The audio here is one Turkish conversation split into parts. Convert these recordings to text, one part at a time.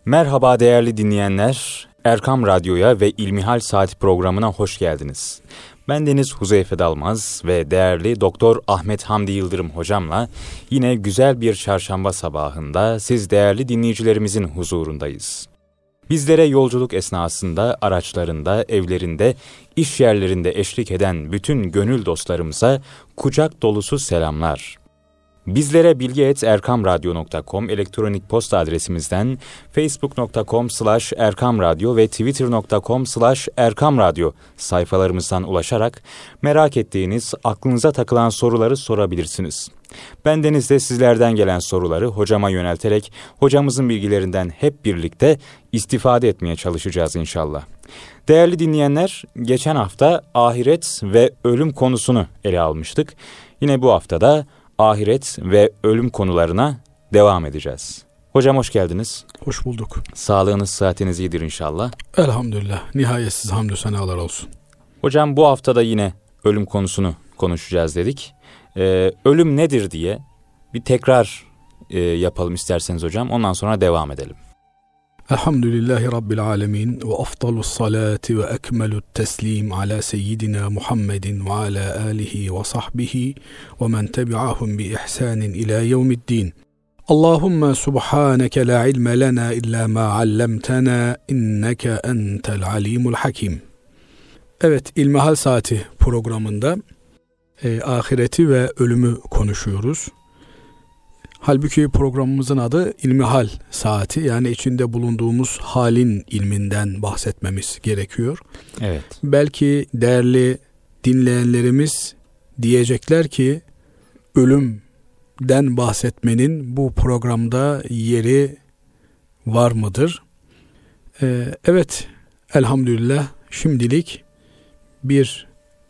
Merhaba değerli dinleyenler, Erkam Radyo'ya ve İlmihal Saati programına hoş geldiniz. Bendeniz Huzeyfe Dalmaz ve değerli Doktor Ahmet Hamdi Yıldırım hocamla yine güzel bir çarşamba sabahında siz değerli dinleyicilerimizin huzurundayız. Bizlere yolculuk esnasında, araçlarında, evlerinde, iş yerlerinde eşlik eden bütün gönül dostlarımıza kucak dolusu selamlar. Bizlere bilgi@erkamradyo.com elektronik posta adresimizden, facebook.com/erkamradyo ve twitter.com/erkamradyo sayfalarımızdan ulaşarak merak ettiğiniz, aklınıza takılan soruları sorabilirsiniz. Bendeniz de sizlerden gelen soruları hocama yönelterek hocamızın bilgilerinden hep birlikte istifade etmeye çalışacağız inşallah. Değerli dinleyenler, geçen hafta ahiret ve ölüm konusunu ele almıştık. Yine bu haftada ahiret ve ölüm konularına devam edeceğiz. Hocam hoş geldiniz. Hoş bulduk. Sağlığınız, sıhhatiniz iyidir inşallah. Elhamdülillah. Nihayetsiz hamdü senalar olsun. Hocam bu haftada yine ölüm konusunu konuşacağız dedik. Ölüm nedir diye bir tekrar yapalım isterseniz hocam. Ondan sonra devam edelim. Elhamdülillahi Rabbil alemin ve afdalus salati ve ekmelut teslim ala seyyidina Muhammedin ve ala alihi ve sahbihi ve men tebi'ahum bi ihsanin ila yevmiddin. Allahümme subhaneke la ilme lena illa ma allamtana inneke entel alimul hakim. Evet, İlmihal Saati programında ahireti ve ölümü konuşuyoruz. Halbuki programımızın adı İlmihal Saati, yani içinde bulunduğumuz halin ilminden bahsetmemiz gerekiyor. Evet. Belki dinleyenlerimiz diyecekler ki ölümden bahsetmenin bu programda yeri var mıdır? Evet, elhamdülillah şimdilik bir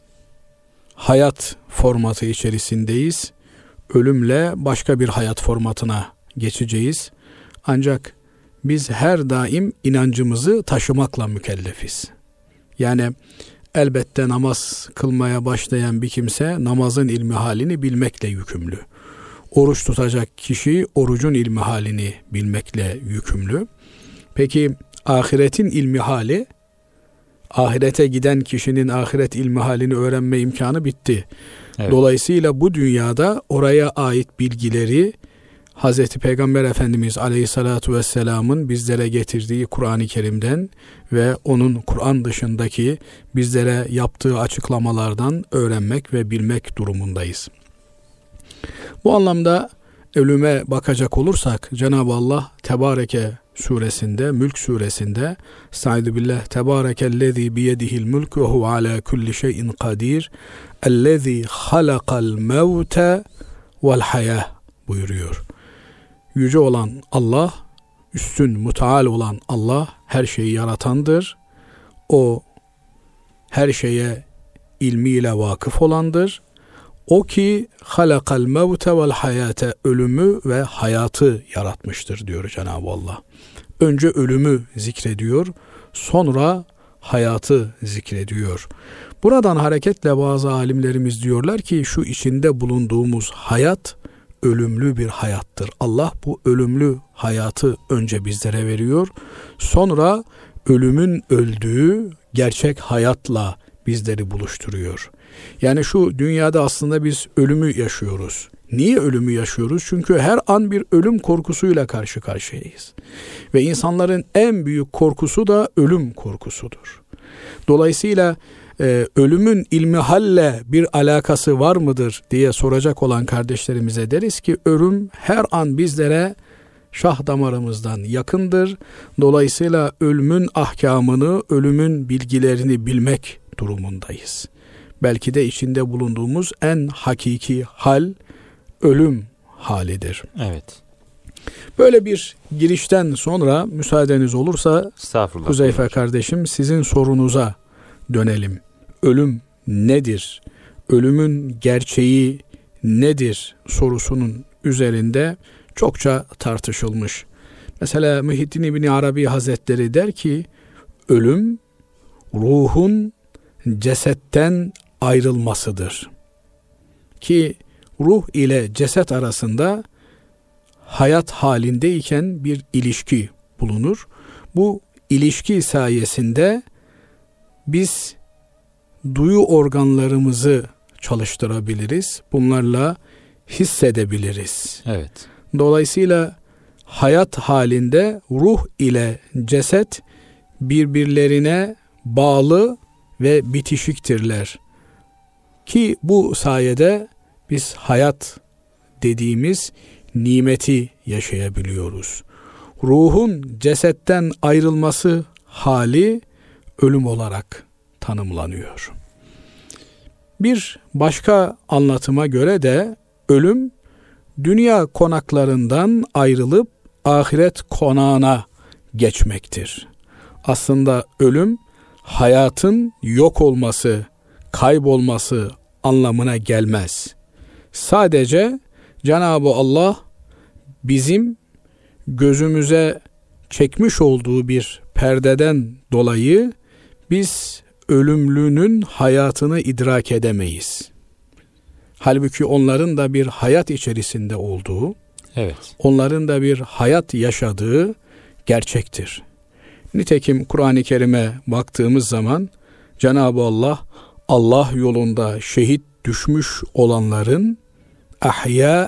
hayat formatı içerisindeyiz. Ölümle başka bir hayat formatına geçeceğiz. Ancak biz her daim inancımızı taşımakla mükellefiz. Yani elbette namaz kılmaya başlayan bir kimse namazın ilmihalini bilmekle yükümlü. Oruç tutacak kişi orucun ilmihalini bilmekle yükümlü. Peki ahiretin ilmihali, ahirete giden kişinin ahiret ilmihalini öğrenme imkanı bitti. Evet. Dolayısıyla bu dünyada oraya ait bilgileri Hazreti Peygamber Efendimiz Aleyhissalatu Vesselam'ın bizlere getirdiği Kur'an-ı Kerim'den ve onun Kur'an dışındaki bizlere yaptığı açıklamalardan öğrenmek ve bilmek durumundayız. Bu anlamda ölüme bakacak olursak Cenab-ı Allah Tebareke suresinde, Mülk suresinde Estaizu billah Tebarekellezî biyedihil mülk ve huve alâ kulli şeyin kadir ellezî halakal mevte vel hayâh buyuruyor. Yüce olan Allah, üstün müteal olan Allah her şeyi yaratandır. O her şeye ilmiyle vakıf olandır. O ki halakal mevte vel hayate, ölümü ve hayatı yaratmıştır diyor Cenab-ı Allah. Önce ölümü zikrediyor, sonra hayatı zikrediyor. Buradan hareketle bazı alimlerimiz diyorlar ki şu içinde bulunduğumuz hayat ölümlü bir hayattır. Allah bu ölümlü hayatı önce bizlere veriyor, sonra ölümün öldüğü gerçek hayatla bizleri buluşturuyor. Yani şu dünyada aslında biz ölümü yaşıyoruz. Niye ölümü yaşıyoruz? Çünkü her an bir ölüm korkusuyla karşı karşıyayız. Ve insanların en büyük korkusu da ölüm korkusudur. Dolayısıyla ölümün ilmihalle bir alakası var mıdır diye soracak olan kardeşlerimize deriz ki ölüm her an bizlere şah damarımızdan yakındır. Dolayısıyla ölümün ahkamını, ölümün bilgilerini bilmek durumundayız. Belki de içinde bulunduğumuz en hakiki hal ölüm halidir. Evet. Böyle bir girişten sonra müsaadeniz olursa Huzeyfe kardeşim sizin sorunuza dönelim. Ölüm nedir? Ölümün gerçeği nedir sorusunun üzerinde çokça tartışılmış. Mesela Muhyiddin İbni Arabi Hazretleri der ki ölüm ruhun cesetten ayrılmasıdır. Ki ruh ile ceset arasında hayat halindeyken bir ilişki bulunur. Bu ilişki sayesinde biz duyu organlarımızı çalıştırabiliriz. Bunlarla hissedebiliriz. Evet. Dolayısıyla hayat halinde ruh ile ceset birbirlerine bağlı ve bitişiktirler. Ki bu sayede biz hayat dediğimiz nimeti yaşayabiliyoruz. Ruhun cesetten ayrılması hali ölüm olarak tanımlanıyor. Bir başka anlatıma göre de ölüm dünya konaklarından ayrılıp ahiret konağına geçmektir. Aslında ölüm hayatın yok olması, kaybolması anlamına gelmez. Sadece Cenab-ı Allah bizim gözümüze çekmiş olduğu bir perdeden dolayı biz ölümlünün hayatını idrak edemeyiz. Halbuki onların da bir hayat içerisinde olduğu, evet, onların da bir hayat yaşadığı gerçektir. Nitekim Kur'an-ı Kerim'e baktığımız zaman Cenab-ı Allah yolunda şehit düşmüş olanların ahya,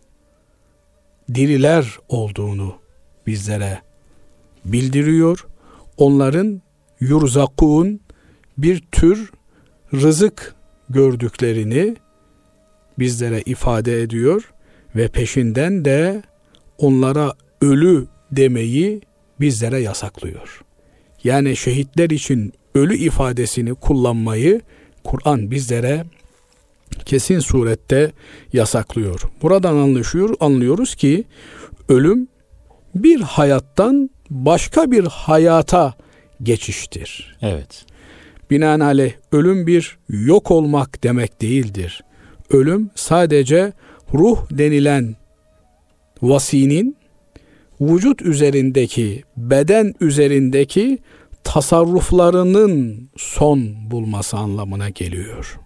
diriler olduğunu bizlere bildiriyor. Onların yurzakun, bir tür rızık gördüklerini bizlere ifade ediyor ve peşinden de onlara ölü demeyi bizlere yasaklıyor. Yani şehitler için ölü ifadesini kullanmayı Kur'an bizlere kesin surette yasaklıyor. Buradan anlıyoruz ki ölüm bir hayattan başka bir hayata geçiştir. Evet. Binaenaleyh ölüm bir yok olmak demek değildir. Ölüm sadece ruh denilen vasinin vücut üzerindeki, beden üzerindeki tasarruflarının son bulması anlamına geliyor.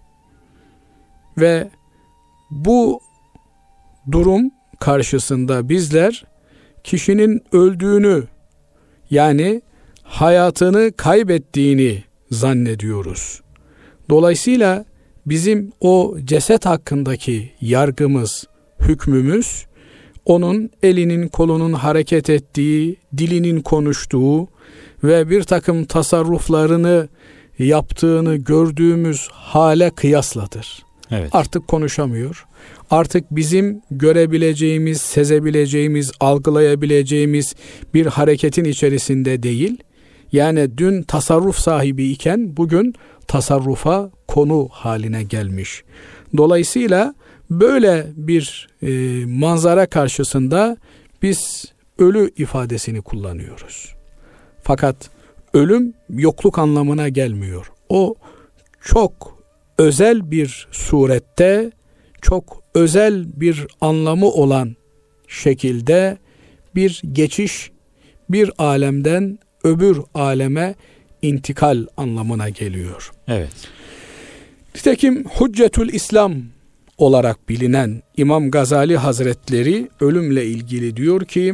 Ve bu durum karşısında bizler kişinin öldüğünü, yani hayatını kaybettiğini zannediyoruz. Dolayısıyla bizim o ceset hakkındaki yargımız, hükmümüz, onun elinin kolunun hareket ettiği, dilinin konuştuğu ve bir takım tasarruflarını yaptığını gördüğümüz hale kıyasladır. Evet. Artık konuşamıyor. Artık bizim görebileceğimiz, sezebileceğimiz, algılayabileceğimiz bir hareketin içerisinde değil. Yani dün tasarruf sahibi iken bugün tasarrufa konu haline gelmiş. Dolayısıyla böyle bir manzara karşısında biz ölü ifadesini kullanıyoruz. Fakat ölüm yokluk anlamına gelmiyor. O çok özel bir surette, çok özel bir anlamı olan şekilde bir geçiş, bir alemden öbür aleme intikal anlamına geliyor. Evet. Nitekim Hüccetül İslam olarak bilinen İmam Gazali Hazretleri ölümle ilgili diyor ki,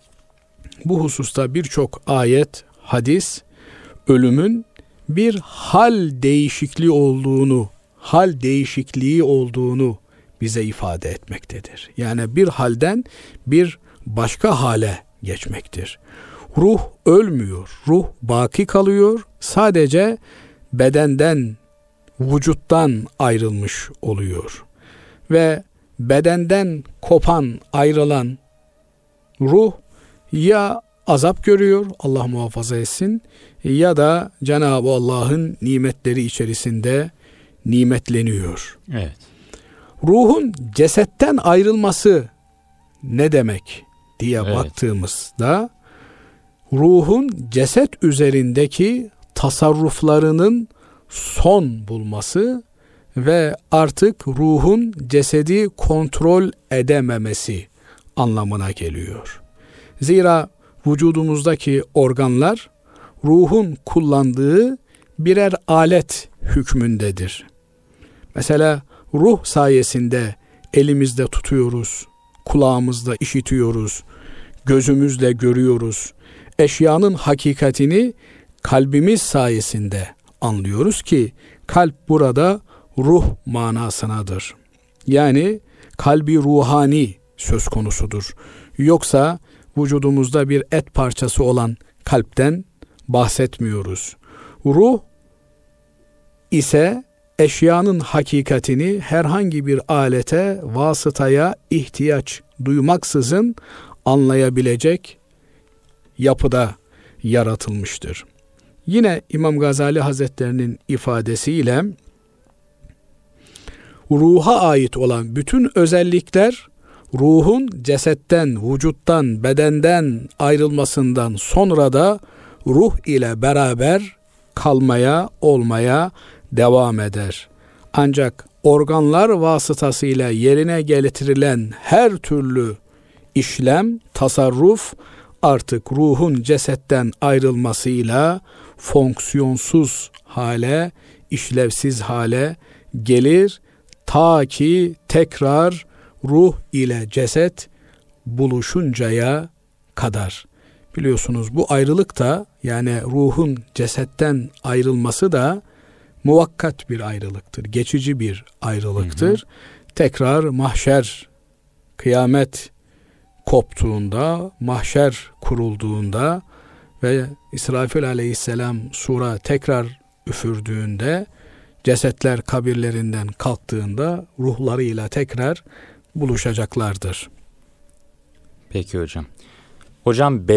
bu hususta birçok ayet, hadis, ölümün bir hal değişikliği olduğunu bize ifade etmektedir. Yani bir halden bir başka hale geçmektir. Ruh ölmüyor, ruh baki kalıyor, sadece bedenden, vücuttan ayrılmış oluyor. Ve bedenden kopan, ayrılan ruh ya azap görüyor, Allah muhafaza etsin, ya da Cenab-ı Allah'ın nimetleri içerisinde nimetleniyor. Evet. Ruhun cesetten ayrılması ne demek diye baktığımızda, ruhun ceset üzerindeki tasarruflarının son bulması ve artık ruhun cesedi kontrol edememesi anlamına geliyor. Zira vücudumuzdaki organlar ruhun kullandığı birer alet hükmündedir. Mesela ruh sayesinde elimizde tutuyoruz, kulağımızla işitiyoruz, gözümüzle görüyoruz. eşyanın hakikatini kalbimiz sayesinde anlıyoruz ki kalp burada ruh manasınadır. Yani kalbi ruhani söz konusudur. Yoksa vücudumuzda bir et parçası olan kalpten bahsetmiyoruz. Ruh ise eşyanın hakikatini herhangi bir alete, vasıtaya ihtiyaç duymaksızın anlayabilecek yapıda yaratılmıştır. Yine İmam Gazali Hazretlerinin ifadesiyle ruha ait olan bütün özellikler ruhun cesetten, vücuttan, bedenden ayrılmasından sonra da ruh ile beraber kalmaya, olmaya devam eder. Ancak organlar vasıtasıyla yerine getirilen her türlü işlem, tasarruf artık ruhun cesetten ayrılmasıyla fonksiyonsuz hale, işlevsiz hale gelir ta ki tekrar ruh ile ceset buluşuncaya kadar. Biliyorsunuz bu ayrılık da, yani ruhun cesetten ayrılması da muvakkat bir ayrılıktır. Geçici bir ayrılıktır. Tekrar mahşer, kıyamet koptuğunda, mahşer kurulduğunda ve İsrafil aleyhisselam sura tekrar üfürdüğünde, cesetler kabirlerinden kalktığında ruhlarıyla tekrar buluşacaklardır. Peki hocam. Hocam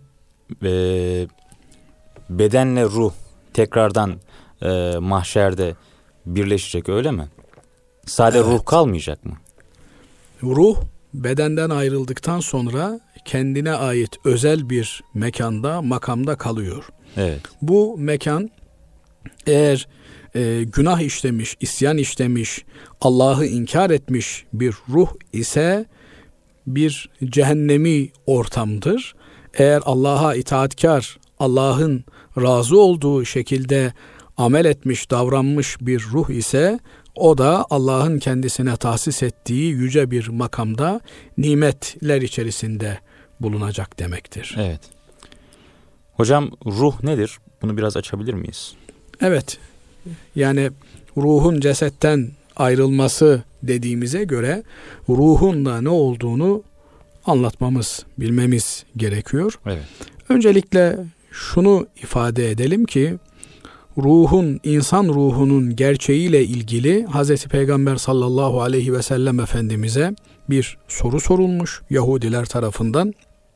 bedenle ruh tekrardan mahşerde birleşecek, öyle mi? Sadece ruh kalmayacak mı? Ruh bedenden ayrıldıktan sonra kendine ait özel bir mekanda, makamda kalıyor. Evet. Bu mekan eğer günah işlemiş, isyan işlemiş, Allah'ı inkar etmiş bir ruh ise bir cehennemi ortamdır. Eğer Allah'a itaatkar, Allah'ın razı olduğu şekilde amel etmiş, davranmış bir ruh ise o da Allah'ın kendisine tahsis ettiği yüce bir makamda nimetler içerisinde bulunacak demektir. Evet. Hocam ruh nedir? Bunu biraz açabilir miyiz? Evet. Yani ruhun cesetten ayrılması dediğimize göre ruhun da ne olduğunu anlatmamız, bilmemiz gerekiyor. Evet. Öncelikle şunu ifade edelim ki ruhun, insan ruhunun gerçeğiyle ilgili Hazreti Peygamber sallallahu aleyhi ve sellem Efendimiz'e bir soru sorulmuş Yahudiler tarafından.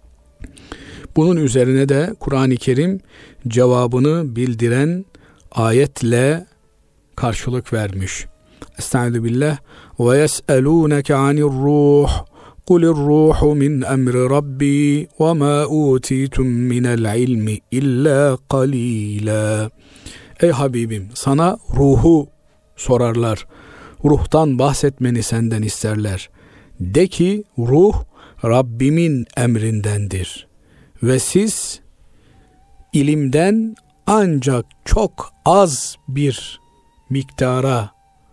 Bunun üzerine de Kur'an-ı Kerim cevabını bildiren ayetle karşılık vermiş. Estaizu billah ve yes'elûneke anir-ruh kulir-ruhu min emri rabbi ve ma utitum minel ilmi illa qalila. Ey Habibim, sana ruhu sorarlar. Ruhtan bahsetmeni senden isterler. De ki ruh Rabbimin emrindendir. Ve siz ilimden ancak çok az bir miktara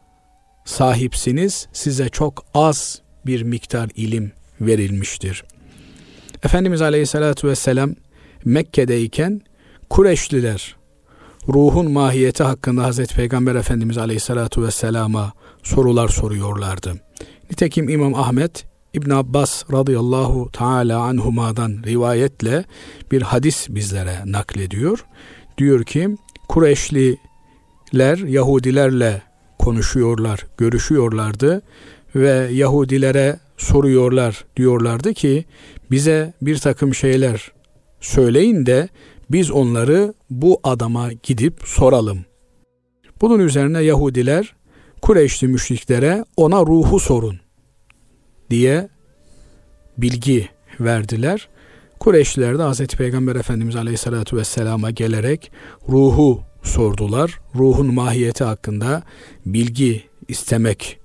sahipsiniz. Size çok az bir miktar ilim verilmiştir. Efendimiz Aleyhisselatü Vesselam Mekke'deyken Kureyşliler ruhun mahiyeti hakkında Hazreti Peygamber Efendimiz Aleyhisselatü Vesselam'a sorular soruyorlardı. Nitekim İmam Ahmet İbn Abbas radıyallahu teala anhuma'dan rivayetle bir hadis bizlere naklediyor. Diyor ki Kureyşliler Yahudilerle konuşuyorlar, görüşüyorlardı ve Yahudilere soruyorlar, diyorlardı ki bize bir takım şeyler söyleyin de biz onları bu adama gidip soralım. Bunun üzerine Yahudiler Kureyşli müşriklere ona ruhu sorun diye bilgi verdiler. Kureyşliler de Hazreti Peygamber Efendimiz Aleyhisselatü Vesselam'a gelerek ruhu sordular. Ruhun mahiyeti hakkında bilgi istemek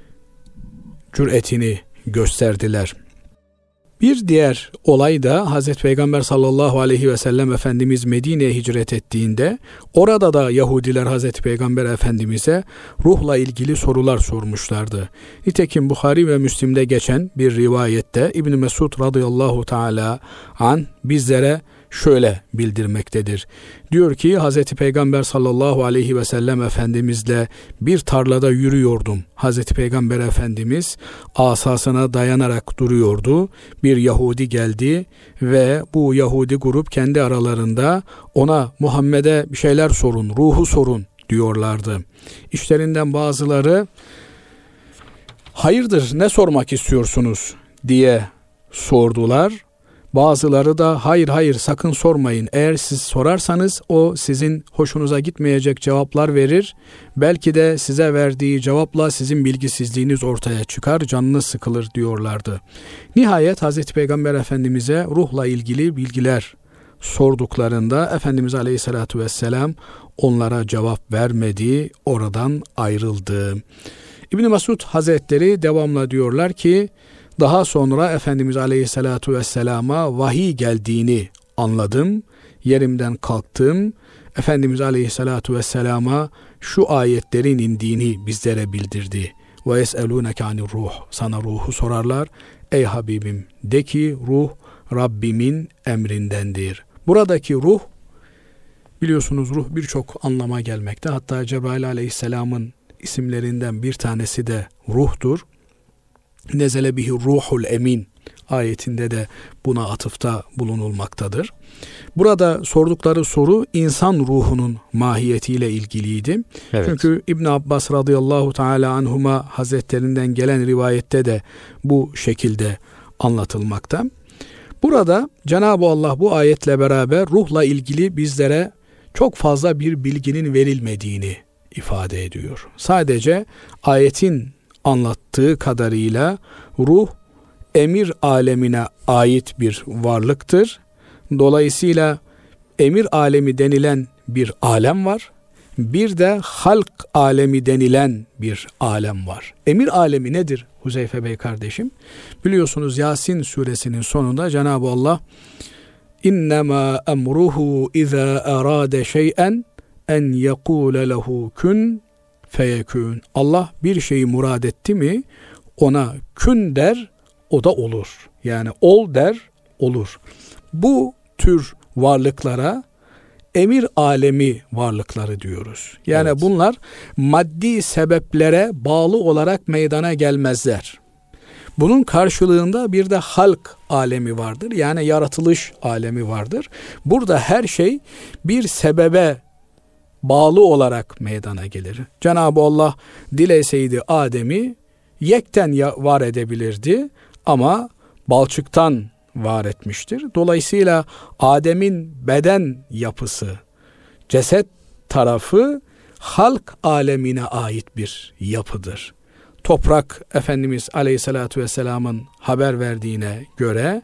cüretini gösterdiler. Bir diğer olay da Hazreti Peygamber sallallahu aleyhi ve sellem Efendimiz Medine'ye hicret ettiğinde orada da Yahudiler Hazreti Peygamber Efendimiz'e ruhla ilgili sorular sormuşlardı. Nitekim Buhari ve Müslim'de geçen bir rivayette İbn Mesud radıyallahu teala an bizlere şöyle bildirmektedir. Diyor ki Hazreti Peygamber sallallahu aleyhi ve sellem Efendimizle bir tarlada yürüyordum. Hazreti Peygamber Efendimiz asasına dayanarak duruyordu. Bir Yahudi geldi ve bu Yahudi grup kendi aralarında ona Muhammed'e bir şeyler sorun, ruhu sorun diyorlardı. İşlerinden bazıları hayırdır ne sormak istiyorsunuz diye sordular. Bazıları da hayır sakın sormayın. Eğer siz sorarsanız o sizin hoşunuza gitmeyecek cevaplar verir. Belki de size verdiği cevapla sizin bilgisizliğiniz ortaya çıkar, canınız sıkılır diyorlardı. Nihayet Hazreti Peygamber Efendimiz'e ruhla ilgili bilgiler sorduklarında Efendimiz Aleyhisselatü Vesselam onlara cevap vermedi, oradan ayrıldı. İbn Mesud Hazretleri devamla diyorlar ki daha sonra Efendimiz Aleyhisselatü Vesselam'a vahiy geldiğini anladım. Yerimden kalktım. Efendimiz Aleyhisselatü Vesselam'a şu ayetlerin indiğini bizlere bildirdi. Ve yes'elûneke anir ruh. Sana ruhu sorarlar. Ey Habibim de ki ruh Rabbimin emrindendir. Buradaki ruh, biliyorsunuz ruh birçok anlama gelmekte. Hatta Cebrail Aleyhisselam'ın isimlerinden bir tanesi de ruhtur. Nezele bihi ruhul emin ayetinde de buna atıfta bulunulmaktadır. Burada sordukları soru insan ruhunun mahiyetiyle ilgiliydi. Evet. Çünkü İbn Abbas radıyallahu teala anhuma hazretlerinden gelen rivayette de bu şekilde anlatılmakta. Burada Cenab-ı Allah bu ayetle beraber ruhla ilgili bizlere çok fazla bir bilginin verilmediğini ifade ediyor. Sadece ayetin anlattığı kadarıyla ruh emir alemine ait bir varlıktır. Dolayısıyla emir alemi denilen bir alem var. Bir de halk alemi denilen bir alem var. Emir alemi nedir Huzeyfe Bey kardeşim? Biliyorsunuz Yasin suresinin sonunda Cenab-ı Allah İnnemâ emruhu izâ erâde şey'en en yekûle lehu kun feyekûn. Allah bir şeyi murad etti mi ona kün der, o da olur. Yani ol der, olur. Bu tür varlıklara emir alemi varlıkları diyoruz. Yani evet, bunlar maddi sebeplere bağlı olarak meydana gelmezler. Bunun karşılığında bir de halk alemi vardır. Yani yaratılış alemi vardır. Burada her şey bir sebebe bağlı olarak meydana gelir. Cenab-ı Allah dileseydi Adem'i yekten var edebilirdi ama balçıktan var etmiştir. Dolayısıyla Adem'in beden yapısı, ceset tarafı halk alemine ait bir yapıdır. Toprak Efendimiz Aleyhisselatü Vesselam'ın haber verdiğine göre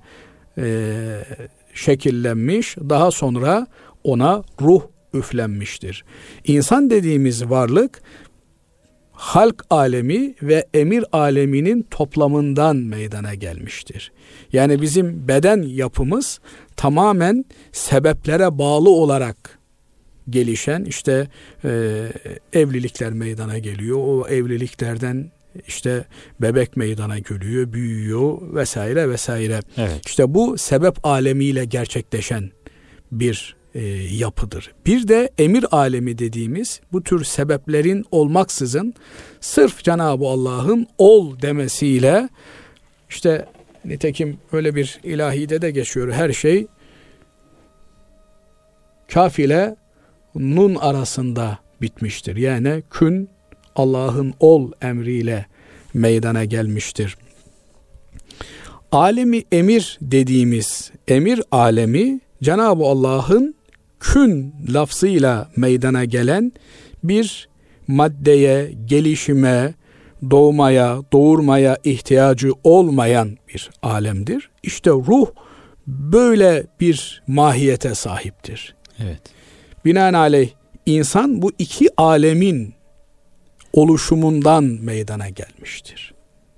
şekillenmiş, daha sonra ona ruh üflenmiştir. İnsan dediğimiz varlık halk alemi ve emir aleminin toplamından meydana gelmiştir. Yani bizim beden yapımız tamamen sebeplere bağlı olarak gelişen işte evlilikler meydana geliyor. O evliliklerden işte bebek meydana geliyor, büyüyor vesaire vesaire. Evet. İşte bu sebep alemiyle gerçekleşen bir yapıdır. Bir de emir alemi dediğimiz bu tür sebeplerin olmaksızın sırf Cenab-ı Allah'ın ol demesiyle işte nitekim öyle bir ilahide de geçiyor. Her şey kaf ile nun arasında bitmiştir. Yani kün Allah'ın ol emriyle meydana gelmiştir. Alemi emir dediğimiz emir alemi Cenab-ı Allah'ın kün lafzıyla meydana gelen bir maddeye, gelişime, doğmaya, doğurmaya ihtiyacı olmayan bir alemdir. İşte ruh böyle bir mahiyete sahiptir. Evet. Binaenaleyh insan bu iki alemin oluşumundan meydana gelmiştir.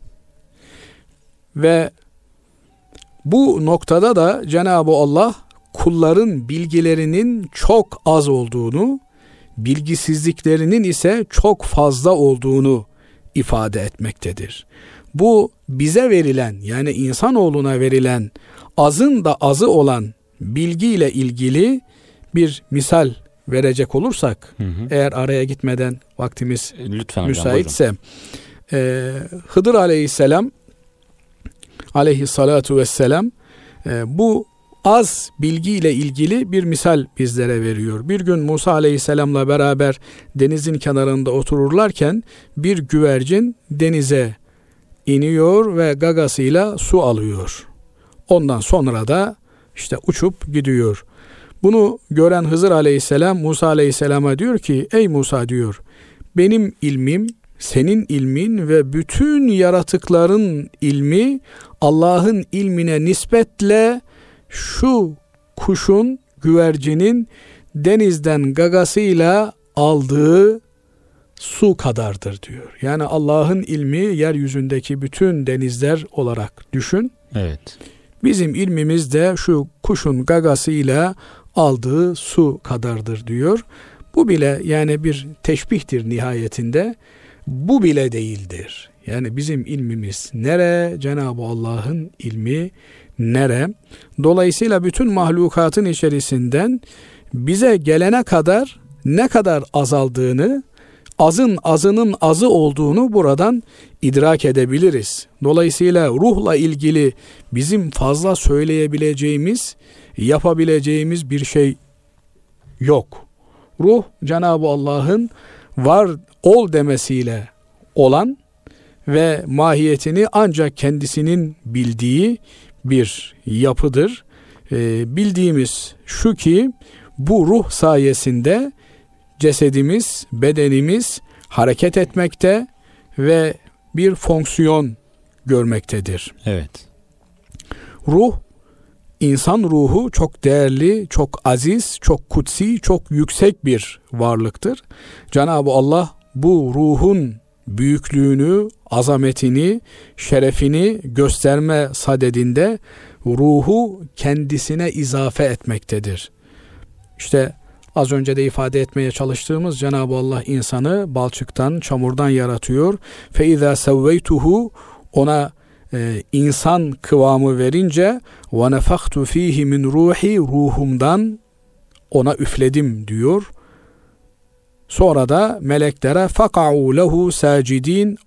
Ve bu noktada da Cenab-ı Allah kulların bilgilerinin çok az olduğunu, bilgisizliklerinin ise çok fazla olduğunu ifade etmektedir. Bu bize verilen, yani insanoğluna verilen azın da azı olan bilgiyle ilgili bir misal verecek olursak, eğer araya gitmeden vaktimiz lütfen müsaitse, Hıdır Aleyhisselam Aleyhissalatu vesselam bu az bilgiyle ilgili bir misal bizlere veriyor. Bir gün Musa Aleyhisselam'la beraber denizin kenarında otururlarken bir güvercin denize iniyor ve gagasıyla su alıyor. Ondan sonra da işte uçup gidiyor. Bunu gören Hızır Aleyhisselam Musa Aleyhisselam'a diyor ki, ey Musa diyor, benim ilmim, senin ilmin ve bütün yaratıkların ilmi Allah'ın ilmine nispetle şu kuşun, güvercinin denizden gagasıyla aldığı su kadardır diyor. Yani Allah'ın ilmi yeryüzündeki bütün denizler olarak düşün. Evet. Bizim ilmimiz de şu kuşun gagasıyla aldığı su kadardır diyor. Bu bile yani bir teşbihtir nihayetinde. Bu bile değildir. Yani bizim ilmimiz nere? Cenab-ı Allah'ın ilmi nere? Dolayısıyla bütün mahlukatın içerisinden bize gelene kadar ne kadar azaldığını, azın azının azı olduğunu buradan idrak edebiliriz. Dolayısıyla ruhla ilgili bizim fazla söyleyebileceğimiz, yapabileceğimiz bir şey yok. Ruh Cenab-ı Allah'ın var ol demesiyle olan ve mahiyetini ancak kendisinin bildiği bir yapıdır. Bildiğimiz şu ki bu ruh sayesinde cesedimiz, bedenimiz hareket etmekte ve bir fonksiyon görmektedir. Evet. Ruh, insan ruhu çok değerli, çok aziz, çok kutsi, çok yüksek bir varlıktır. Cenab-ı Allah bu ruhun büyüklüğünü, azametini, şerefini gösterme sadedinde ruhu kendisine izafe etmektedir. İşte az önce de ifade etmeye çalıştığımız Cenab-ı Allah insanı balçıktan, çamurdan yaratıyor. فَاِذَا سَوَّيْتُهُ ona insan kıvamı verince وَنَفَخْتُ ف۪يهِ مِنْ ruhi ruhumdan ona üfledim diyor. Sonra da meleklere فَقَعُوا لَهُ سَاجِد۪ينَ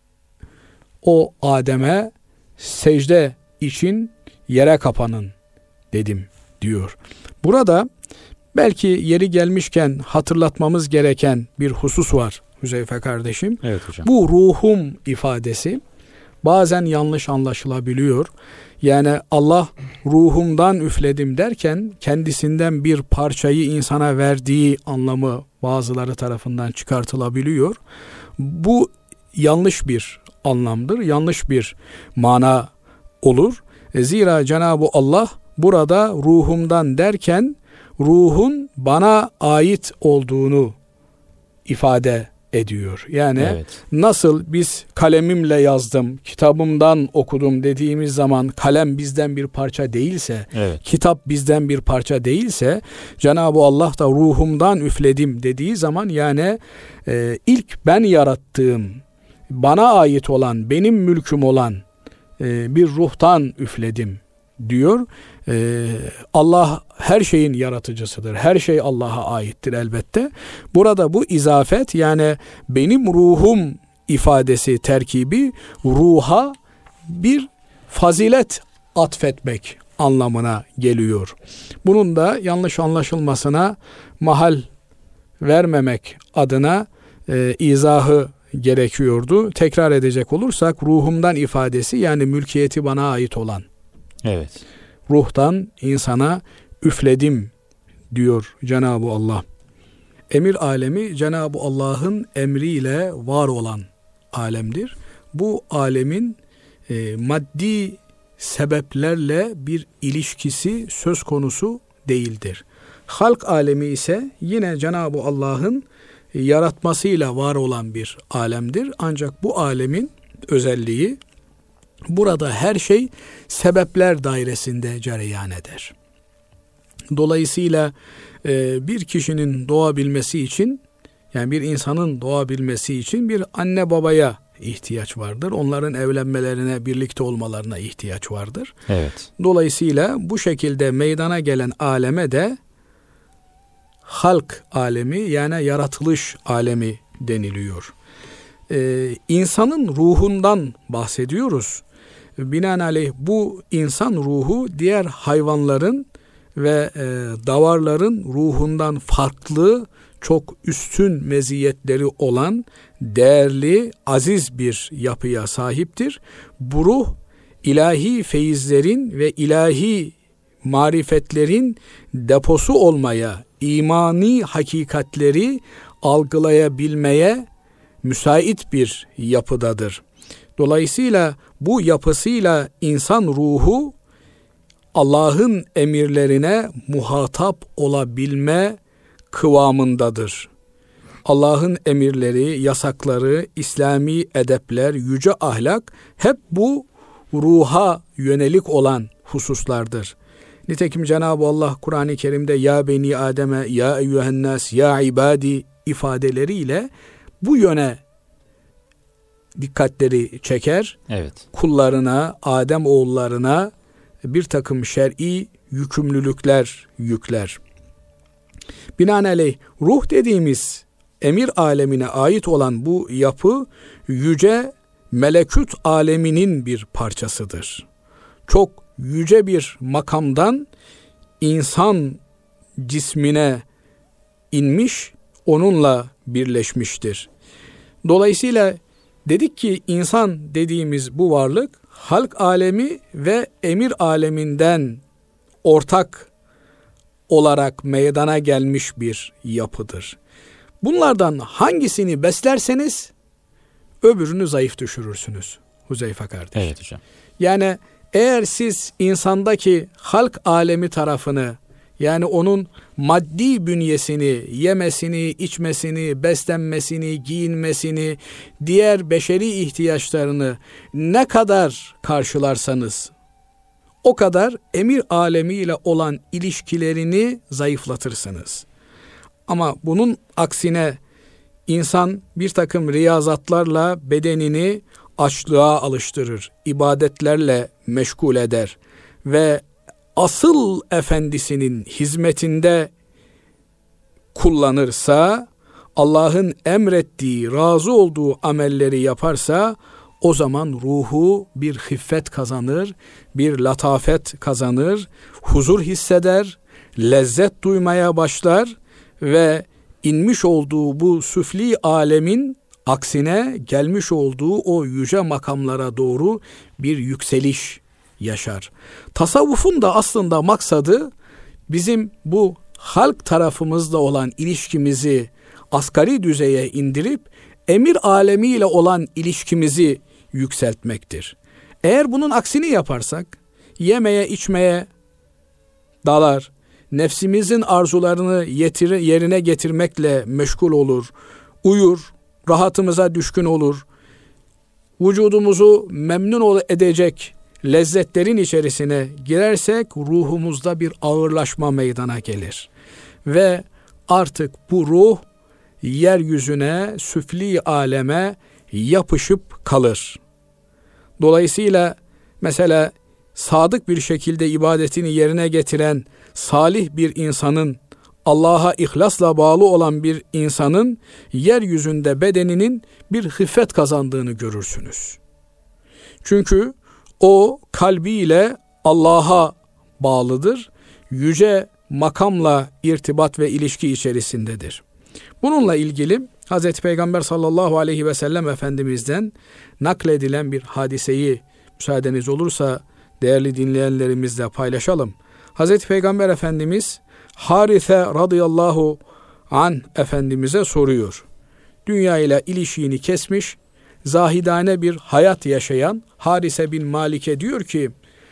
o Adem'e secde için yere kapanın dedim diyor. Burada belki yeri gelmişken hatırlatmamız gereken bir husus var Hüzeyfe kardeşim. Evet hocam. Bu ruhum ifadesi bazen yanlış anlaşılabiliyor. Yani Allah ruhumdan üfledim derken kendisinden bir parçayı insana verdiği anlamı bazıları tarafından çıkartılabiliyor. Bu yanlış bir anlamdır, yanlış bir mana olur. Zira Cenab-ı Allah burada ruhumdan derken ruhun bana ait olduğunu ifade ediyor. Yani evet, nasıl biz kalemimle yazdım, kitabımdan okudum dediğimiz zaman kalem bizden bir parça değilse, evet, kitap bizden bir parça değilse, Cenab-ı Allah da ruhumdan üfledim dediği zaman yani ilk ben yarattığım, bana ait olan, benim mülküm olan bir ruhtan üfledim diyor. Allah her şeyin yaratıcısıdır. Her şey Allah'a aittir elbette. Burada bu izafet yani benim ruhum ifadesi terkibi ruha bir fazilet atfetmek anlamına geliyor. Bunun da yanlış anlaşılmasına mahal vermemek adına izahı gerekiyordu. Tekrar edecek olursak ruhumdan ifadesi yani mülkiyeti bana ait olan. Evet. Ruhtan insana üfledim diyor Cenab-ı Allah. Emir alemi Cenab-ı Allah'ın emriyle var olan alemdir. Bu alemin maddi sebeplerle bir ilişkisi söz konusu değildir. Halk alemi ise yine Cenab-ı Allah'ın yaratmasıyla var olan bir alemdir. Ancak bu alemin özelliği burada her şey sebepler dairesinde cereyan eder. Dolayısıyla bir kişinin doğabilmesi için yani bir insanın doğabilmesi için bir anne babaya ihtiyaç vardır. Onların evlenmelerine, birlikte olmalarına ihtiyaç vardır. Evet. Dolayısıyla bu şekilde meydana gelen aleme de halk alemi, yani yaratılış alemi deniliyor. İnsanın ruhundan bahsediyoruz. Binaenaleyh bu insan ruhu diğer hayvanların ve davarların ruhundan farklı, çok üstün meziyetleri olan değerli, aziz bir yapıya sahiptir. Bu ruh ilahi feyizlerin ve ilahi marifetlerin deposu olmaya, imani hakikatleri algılayabilmeye müsait bir yapıdadır. Dolayısıyla bu yapısıyla insan ruhu Allah'ın emirlerine muhatap olabilme kıvamındadır. Allah'ın emirleri, yasakları, İslami edepler, yüce ahlak hep bu ruha yönelik olan hususlardır. Nitekim Cenab-ı Allah Kur'an-ı Kerim'de ya beni Adem'e, ya eyyühennas, ya ibadi ifadeleriyle bu yöne dikkatleri çeker. Evet. Kullarına, Adem oğullarına bir takım şer'i yükümlülükler yükler. Binaenaleyh ruh dediğimiz emir alemine ait olan bu yapı yüce melekut aleminin bir parçasıdır. Çok yüce bir makamdan insan cismine inmiş, onunla birleşmiştir. Dolayısıyla dedik ki insan dediğimiz bu varlık halk alemi ve emir aleminden ortak olarak meydana gelmiş bir yapıdır. Bunlardan hangisini beslerseniz öbürünü zayıf düşürürsünüz Huzeyfe kardeş. Evet hocam. Yani eğer siz insandaki halk alemi tarafını, yani onun maddi bünyesini, yemesini, içmesini, beslenmesini, giyinmesini, diğer beşeri ihtiyaçlarını ne kadar karşılarsanız o kadar emir alemiyle olan ilişkilerini zayıflatırsınız. Ama bunun aksine insan bir takım riyazatlarla bedenini açlığa alıştırır, ibadetlerle meşgul eder ve asıl efendisinin hizmetinde kullanırsa, Allah'ın emrettiği, razı olduğu amelleri yaparsa, o zaman ruhu bir hiffet kazanır, bir latafet kazanır, huzur hisseder, lezzet duymaya başlar ve inmiş olduğu bu süfli alemin aksine gelmiş olduğu o yüce makamlara doğru bir yükseliş yaşar. Tasavvufun da aslında maksadı bizim bu halk tarafımızla olan ilişkimizi asgari düzeye indirip emir alemiyle olan ilişkimizi yükseltmektir. Eğer bunun aksini yaparsak yemeye içmeye dalar, nefsimizin arzularını yerine getirmekle meşgul olur, uyur, rahatımıza düşkün olur, vücudumuzu memnun edecek lezzetlerin içerisine girersek ruhumuzda bir ağırlaşma meydana gelir. Ve artık bu ruh yeryüzüne, süfli aleme yapışıp kalır. Dolayısıyla mesela sadık bir şekilde ibadetini yerine getiren salih bir insanın, Allah'a ihlasla bağlı olan bir insanın yeryüzünde bedeninin bir hiffet kazandığını görürsünüz. Çünkü o kalbiyle Allah'a bağlıdır. Yüce makamla irtibat ve ilişki içerisindedir. Bununla ilgili Hazreti Peygamber sallallahu aleyhi ve sellem Efendimiz'den nakledilen bir hadiseyi müsaadeniz olursa değerli dinleyenlerimizle paylaşalım. Hazreti Peygamber Efendimiz Harise radıyallahu an Efendimiz'e soruyor. Dünya ile ilişiğini kesmiş, zahidane bir hayat yaşayan Harise bin Malik'e diyor ki,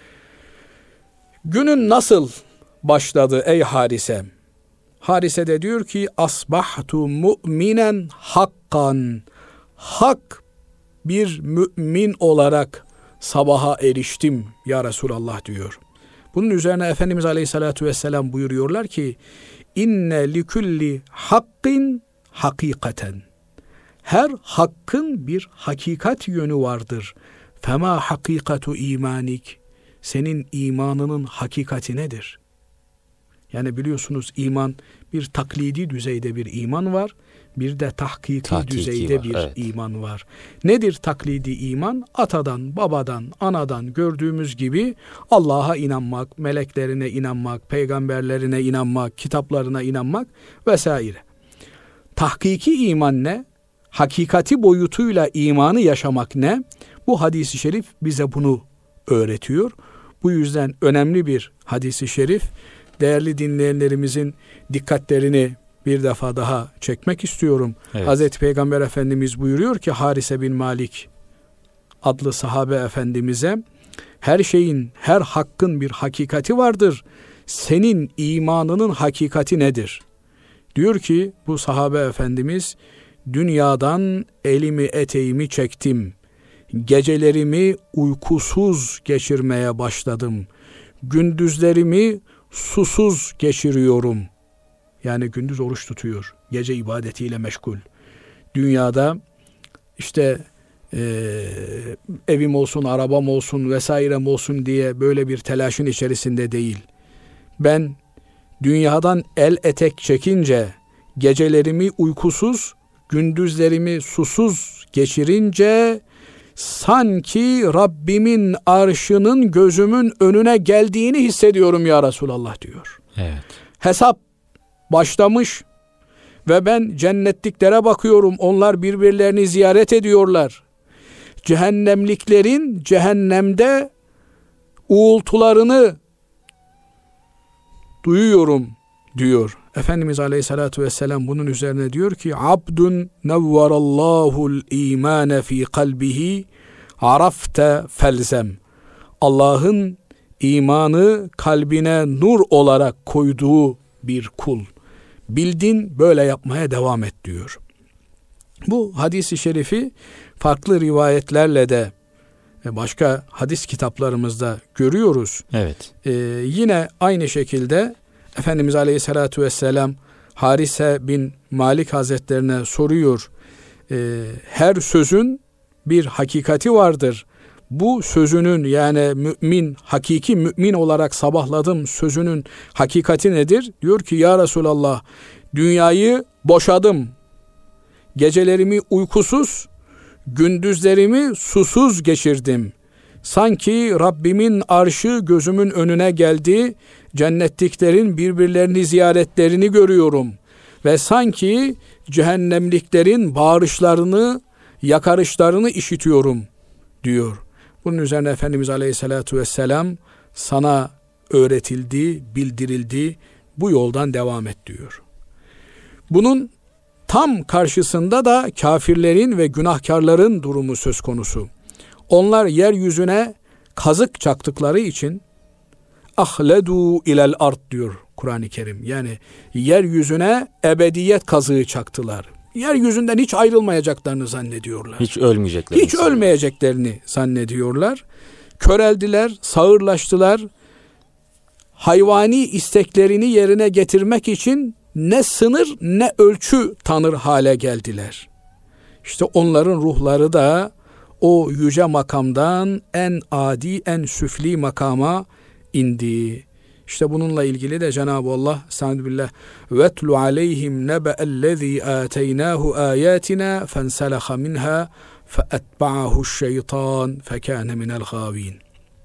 günün nasıl başladı ey Harise? Harise de diyor ki, asbahtu mu'minen hakkan. Hak bir mümin olarak sabaha eriştim ya Resulallah diyor. Bunun üzerine Efendimiz Aleyhisselatü Vesselam buyuruyorlar ki, inne likulli hakkin hakikaten. her hakkın bir hakikat yönü vardır. Fema hakikatu imanik. Senin imanının hakikati nedir? Yani biliyorsunuz iman bir taklidi düzeyde bir iman var. Bir de tahkiki düzeyde var, bir iman var. Nedir taklidi iman? Atadan, babadan, anadan gördüğümüz gibi Allah'a inanmak, meleklerine inanmak, peygamberlerine inanmak, kitaplarına inanmak vesaire. Tahkiki iman ne? Hakikati boyutuyla imanı yaşamak ne? Bu hadis-i şerif bize bunu öğretiyor. Bu yüzden önemli bir hadis-i şerif. Değerli dinleyenlerimizin dikkatlerini bir defa daha çekmek istiyorum. Evet. Hazreti Peygamber Efendimiz buyuruyor ki Harise bin Malik adlı sahabe efendimize, her şeyin, her hakkın bir hakikati vardır. Senin imanının hakikati nedir? Diyor ki bu sahabe efendimiz, dünyadan elimi eteğimi çektim. Gecelerimi uykusuz geçirmeye başladım. Gündüzlerimi susuz geçiriyorum. Yani gündüz oruç tutuyor. Gece ibadetiyle meşgul. Dünyada işte evim olsun, arabam olsun vesairem olsun diye böyle bir telaşın içerisinde değil. Ben dünyadan el etek çekince, gecelerimi uykusuz, gündüzlerimi susuz geçirince sanki Rabbimin arşının gözümün önüne geldiğini hissediyorum ya Resulallah diyor. Evet. Hesap başlamış ve ben cennetliklere bakıyorum. Onlar birbirlerini ziyaret ediyorlar. Cehennemliklerin cehennemde uğultularını duyuyorum diyor. Efendimiz Aleyhisselatü Vesselam bunun üzerine diyor ki abdun nevverallahu'l imane fi kalbihi arafte felzem. Allah'ın imanı kalbine nur olarak koyduğu bir kul. Bildin, böyle yapmaya devam et diyor. Bu hadis-i şerifi farklı rivayetlerle de başka hadis kitaplarımızda görüyoruz. Evet. Yine aynı şekilde Efendimiz Aleyhisselatü Vesselam Harise bin Malik Hazretlerine soruyor. Her sözün bir hakikati vardır. Bu sözünün, yani mümin, hakiki mümin olarak sabahladım sözünün hakikati nedir? Diyor ki ya Resulallah, dünyayı boşadım. Gecelerimi uykusuz, gündüzlerimi susuz geçirdim. Sanki Rabbimin arşı gözümün önüne geldi. Cennetliklerin birbirlerini ziyaretlerini görüyorum. Ve sanki cehennemliklerin bağırışlarını, yakarışlarını işitiyorum diyor. Bunun üzerine Efendimiz Aleyhisselatü Vesselam sana öğretildi, bildirildi, bu yoldan devam et diyor. Bunun tam karşısında da kafirlerin ve günahkarların durumu söz konusu. Onlar yeryüzüne kazık çaktıkları için ahledu ilel ard diyor Kur'an-ı Kerim. Yani yeryüzüne ebediyet kazığı çaktılar. Yeryüzünden hiç ayrılmayacaklarını zannediyorlar. Hiç ölmeyeceklerini. Hiç ölmeyeceklerini zannediyorlar. Köreldiler, sağırlaştılar. Hayvani isteklerini yerine getirmek için ne sınır ne ölçü tanır hale geldiler. İşte onların ruhları da o yüce makamdan en adi, en süfli makama indi. İşte bununla ilgili de Cenab-ı Allah Estağfirullah vetlu aleyhim nebe'ellezî âteynâhu âyâtinâ fenseleha minhâ feetba'ahu'ş-şeytân fekâne minel gâvîn.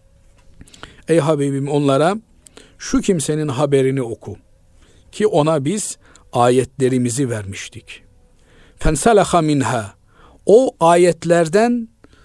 Ey Habibim, onlara şu kimsenin haberini oku ki ona biz ayetlerimizi vermiştik. Fenseleha minhâ, o ayetlerden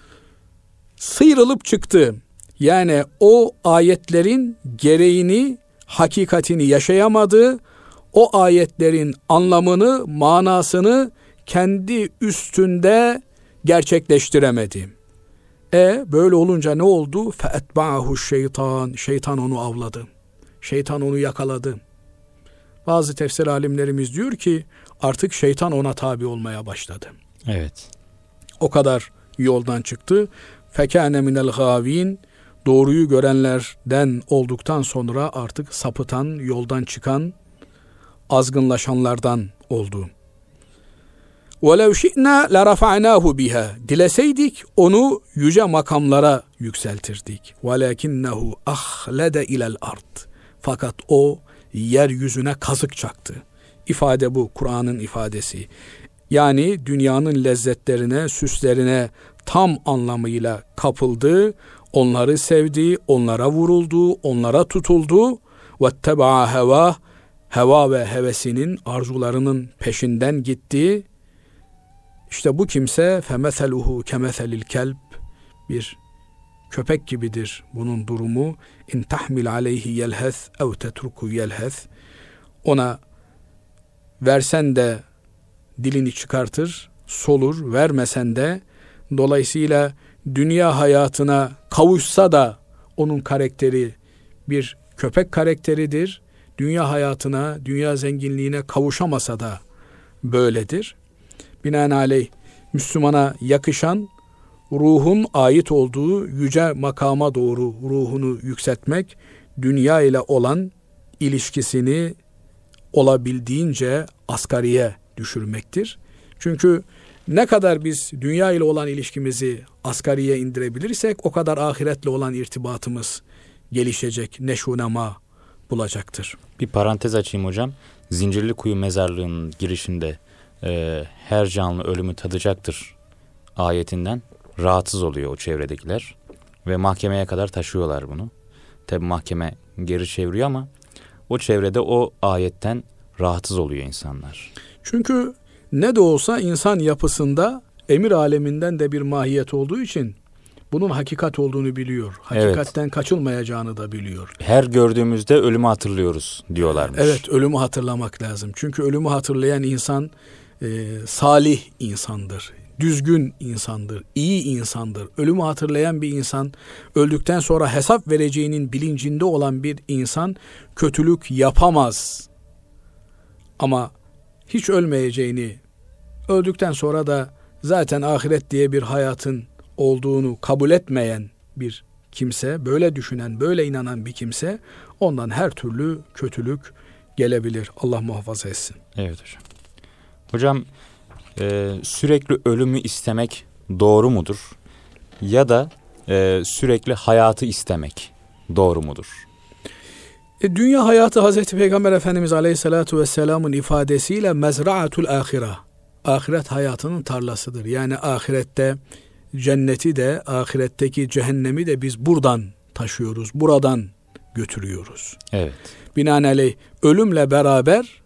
sıyrılıp çıktı. Yani o ayetlerin gereğini, hakikatini yaşayamadı. O ayetlerin anlamını, manasını kendi üstünde gerçekleştiremedi. Böyle olunca ne oldu? Feetba'ahu'ş-şeytân, şeytan onu avladı. Şeytan onu yakaladı. Bazı tefsir alimlerimiz diyor ki artık şeytan ona tabi olmaya başladı. Evet. O kadar yoldan çıktı. Fekâne minel gâvîn, doğruyu görenlerden olduktan sonra artık sapıtan, yoldan çıkan, azgınlaşanlardan oldu. وَلَوْ شِئْنَا لَرَفَعْنَاهُ بِهَا Dileseydik onu yüce makamlara yükseltirdik. وَلَكِنَّهُ أَخْلَدَ إِلَى الْأَرْضِ Fakat o yeryüzüne kazık çaktı. İfade bu, Kur'an'ın ifadesi. Yani dünyanın lezzetlerine, süslerine tam anlamıyla kapıldı, onları sevdi, onlara vuruldu, onlara tutuldu. وَاتَّبَعَ هَوَاهُ Heva ve hevesinin, arzularının peşinden gitti. İşte bu kimse فَمَثَلُهُ كَمَثَلِ الْكَلْبِ Bir köpek gibidir bunun durumu. اِنْ تَحْمِلْ عَلَيْهِ يَلْهَثْ اَوْ تَتْرُكُ يَلْهَثْ Ona versen de dilini çıkartır, solur, vermesen de, dolayısıyla dünya hayatına kavuşsa da onun karakteri bir köpek karakteridir. Dünya hayatına, dünya zenginliğine kavuşamasa da böyledir. Binaenaleyh Müslümana yakışan ruhun ait olduğu yüce makama doğru ruhunu yükseltmek, dünya ile olan ilişkisini olabildiğince asgariye düşürmektir. Çünkü ne kadar biz dünya ile olan ilişkimizi asgariye indirebilirsek o kadar ahiretle olan irtibatımız gelişecek, neşunema bulacaktır. Bir parantez açayım hocam. Zincirlikuyu mezarlığının girişinde her canlı ölümü tadacaktır ayetinden rahatsız oluyor o çevredekiler ve mahkemeye kadar taşıyorlar bunu. Tabi mahkeme geri çeviriyor ama o çevrede o ayetten rahatsız oluyor insanlar. Çünkü ne de olsa insan yapısında emir aleminden de bir mahiyet olduğu için bunun hakikat olduğunu biliyor. Hakikatten kaçılmayacağını da biliyor. Her gördüğümüzde ölümü hatırlıyoruz diyorlarmış. Evet, ölümü hatırlamak lazım. Çünkü ölümü hatırlayan insan salih insandır. Düzgün insandır. İyi insandır. Ölümü hatırlayan bir insan, öldükten sonra hesap vereceğinin bilincinde olan bir insan kötülük yapamaz. Ama hiç ölmeyeceğini, öldükten sonra da zaten ahiret diye bir hayatın olduğunu kabul etmeyen bir kimse, böyle düşünen, böyle inanan bir kimse, ondan her türlü kötülük gelebilir. Allah muhafaza etsin. Evet hocam. Hocam sürekli ölümü istemek doğru mudur? Ya da sürekli hayatı istemek doğru mudur? Dünya hayatı Hazreti Peygamber Efendimiz Aleyhisselatü Vesselam'ın ifadesiyle mezra'atul ahire. Ahiret hayatının tarlasıdır. Yani ahirette cenneti de, ahiretteki cehennemi de biz buradan taşıyoruz, buradan götürüyoruz. Evet. Binaenaleyh ölümle beraber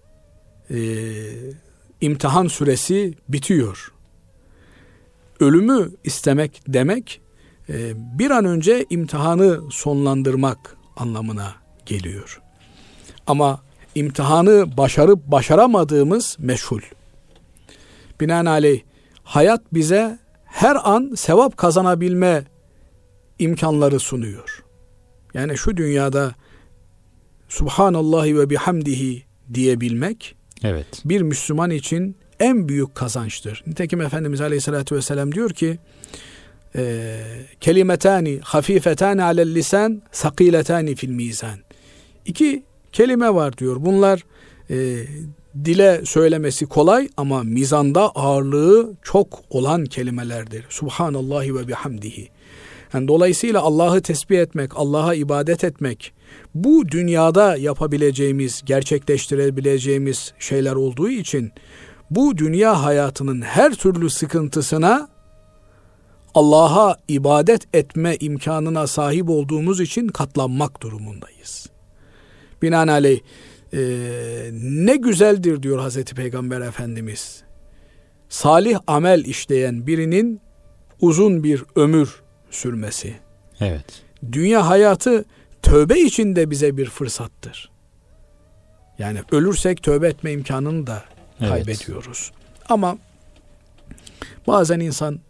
imtihan süresi bitiyor. Ölümü istemek demek bir an önce imtihanı sonlandırmak anlamına geliyor. Ama imtihanı başarıp başaramadığımız meçhul. Binaenaleyh hayat bize her an sevap kazanabilme imkanları sunuyor. Yani şu dünyada Subhanallahi ve bihamdihi diyebilmek, evet, bir Müslüman için en büyük kazançtır. Nitekim Efendimiz Aleyhisselatü Vesselam diyor ki kelimetani hafifetani alel lisan sakiletani fil mizan. İki kelime var diyor. Bunlar dile söylemesi kolay ama mizanda ağırlığı çok olan kelimelerdir. Subhanallahi ve bihamdihi. Yani dolayısıyla Allah'ı tesbih etmek, Allah'a ibadet etmek, bu dünyada yapabileceğimiz, gerçekleştirebileceğimiz şeyler olduğu için bu dünya hayatının her türlü sıkıntısına Allah'a ibadet etme imkanına sahip olduğumuz için katlanmak durumundayız. Binaenaleyh ne güzeldir diyor Hazreti Peygamber Efendimiz. Salih amel işleyen birinin uzun bir ömür sürmesi. Evet. Dünya hayatı tövbe için de bize bir fırsattır. Yani ölürsek tövbe etme imkanını da kaybediyoruz. Evet. Ama bazen insan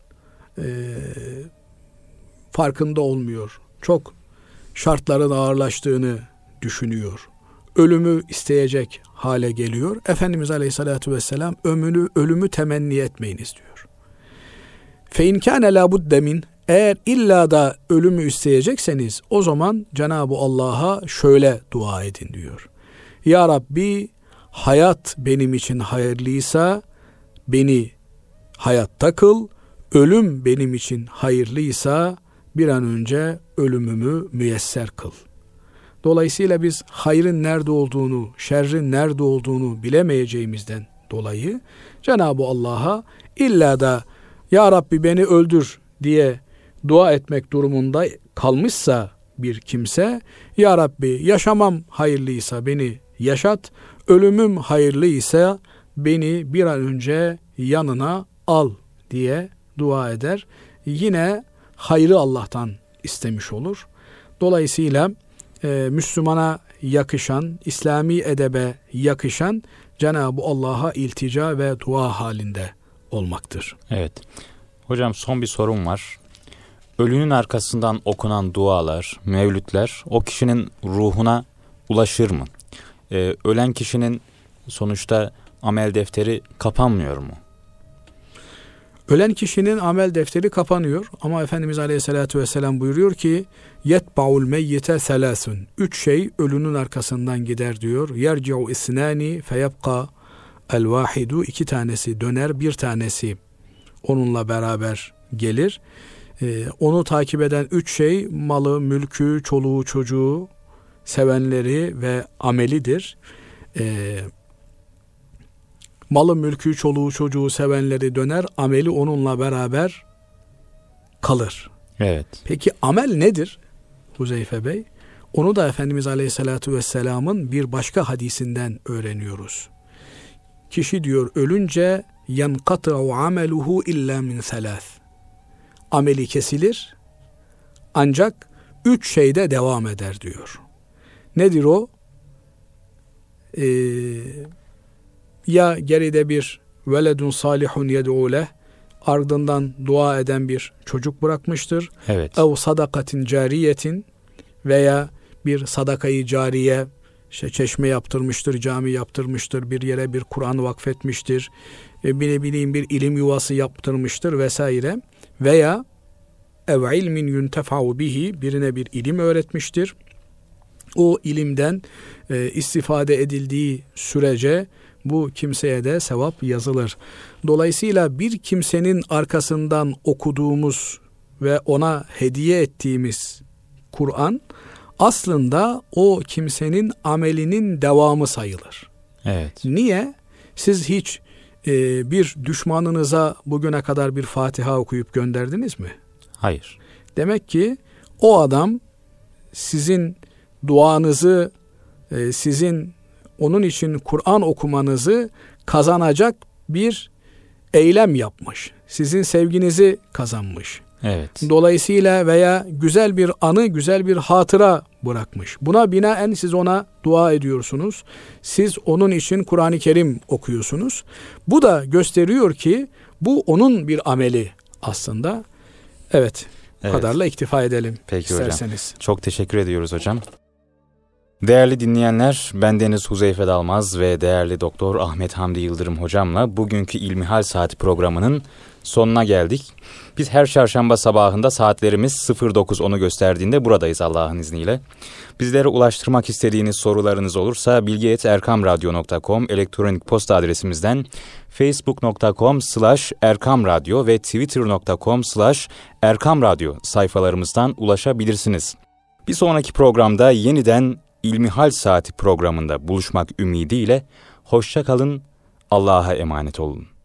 farkında olmuyor. Çok şartların ağırlaştığını düşünüyor. Ölümü isteyecek hale geliyor. Efendimiz Aleyhisselatü Vesselam ölümü temenni etmeyiniz diyor. Fe in kâne lâ budde min, eğer illa da ölümü isteyecekseniz o zaman Cenab-ı Allah'a şöyle dua edin diyor. Ya Rabbi, hayat benim için hayırlıysa beni hayatta kıl. Ölüm benim için hayırlıysa bir an önce ölümümü müyesser kıl. Dolayısıyla biz hayrın nerede olduğunu, şerrin nerede olduğunu bilemeyeceğimizden dolayı Cenab-ı Allah'a illa da Ya Rabbi beni öldür diye dua etmek durumunda kalmışsa bir kimse, Ya Rabbi yaşamam hayırlıysa beni yaşat, ölümüm hayırlıysa beni bir an önce yanına al diye dua eder. Yine hayrı Allah'tan istemiş olur. Dolayısıyla Müslümana yakışan, İslami edebe yakışan Cenab-ı Allah'a iltica ve dua halinde olmaktır. Evet. Hocam son bir sorum var. Ölünün arkasından okunan dualar, mevlütler o kişinin ruhuna ulaşır mı? Ölen kişinin sonuçta amel defteri kapanmıyor mu? Ölen kişinin amel defteri kapanıyor ama Efendimiz Aleyhisselatü Vesselam buyuruyor ki yetba'ul meyyite selasun. 3 şey ölünün arkasından gider diyor. Yerci'u isnani feyebqa el vahidu. 2 tanesi döner, bir tanesi onunla beraber gelir. Onu takip eden 3 şey malı, mülkü, çoluğu, çocuğu, sevenleri ve amelidir. Malı, mülkü, çoluğu, çocuğu, sevenleri döner, ameli onunla beraber kalır. Evet. Peki amel nedir Huzeyfe Bey? Onu da Efendimiz Aleyhisselatü Vesselam'ın bir başka hadisinden öğreniyoruz. Kişi diyor ölünce يَنْقَطَعُ عَمَلُهُ اِلَّا مِنْ ثَلَاثٍ. Ameli kesilir ancak 3 şeyde devam eder diyor. Nedir o? Ya geride bir veledun salihun yed'u leh, ardından dua eden bir çocuk bırakmıştır. Evet. Ev sadakatin cariyetin, veya bir sadakayı cariye, çeşme yaptırmıştır, cami yaptırmıştır, bir yere bir Kur'an vakfetmiştir, bir ilim yuvası yaptırmıştır vesaire. Veya ev ilmin yuntefa'u bihi, birine bir ilim öğretmiştir. O ilimden istifade edildiği sürece bu kimseye de sevap yazılır. Dolayısıyla bir kimsenin arkasından okuduğumuz ve ona hediye ettiğimiz Kur'an aslında o kimsenin amelinin devamı sayılır. Evet. Niye? Siz hiç bir düşmanınıza bugüne kadar bir Fatiha okuyup gönderdiniz mi? Hayır. Demek ki o adam sizin duanızı, sizin onun için Kur'an okumanızı kazanacak bir eylem yapmış. Sizin sevginizi kazanmış. Evet. Dolayısıyla veya güzel bir anı, güzel bir hatıra bırakmış. Buna binaen siz ona dua ediyorsunuz. Siz onun için Kur'an-ı Kerim okuyorsunuz. Bu da gösteriyor ki bu onun bir ameli aslında. Evet. Bu kadarla iktifa edelim. Peki isterseniz. Hocam. Çok teşekkür ediyoruz hocam. Değerli dinleyenler, bendeniz Huzeyfe Dalmaz ve değerli Doktor Ahmet Hamdi Yıldırım hocamla bugünkü İlmihal Saati programının sonuna geldik. Biz her çarşamba sabahında saatlerimiz 09.10'u gösterdiğinde buradayız Allah'ın izniyle. Bizlere ulaştırmak istediğiniz sorularınız olursa bilgi@erkamradyo.com elektronik posta adresimizden, facebook.com/erkamradyo ve twitter.com/erkamradyo sayfalarımızdan ulaşabilirsiniz. Bir sonraki programda yeniden İlmihal Saati programında buluşmak ümidiyle hoşça kalın, Allah'a emanet olun.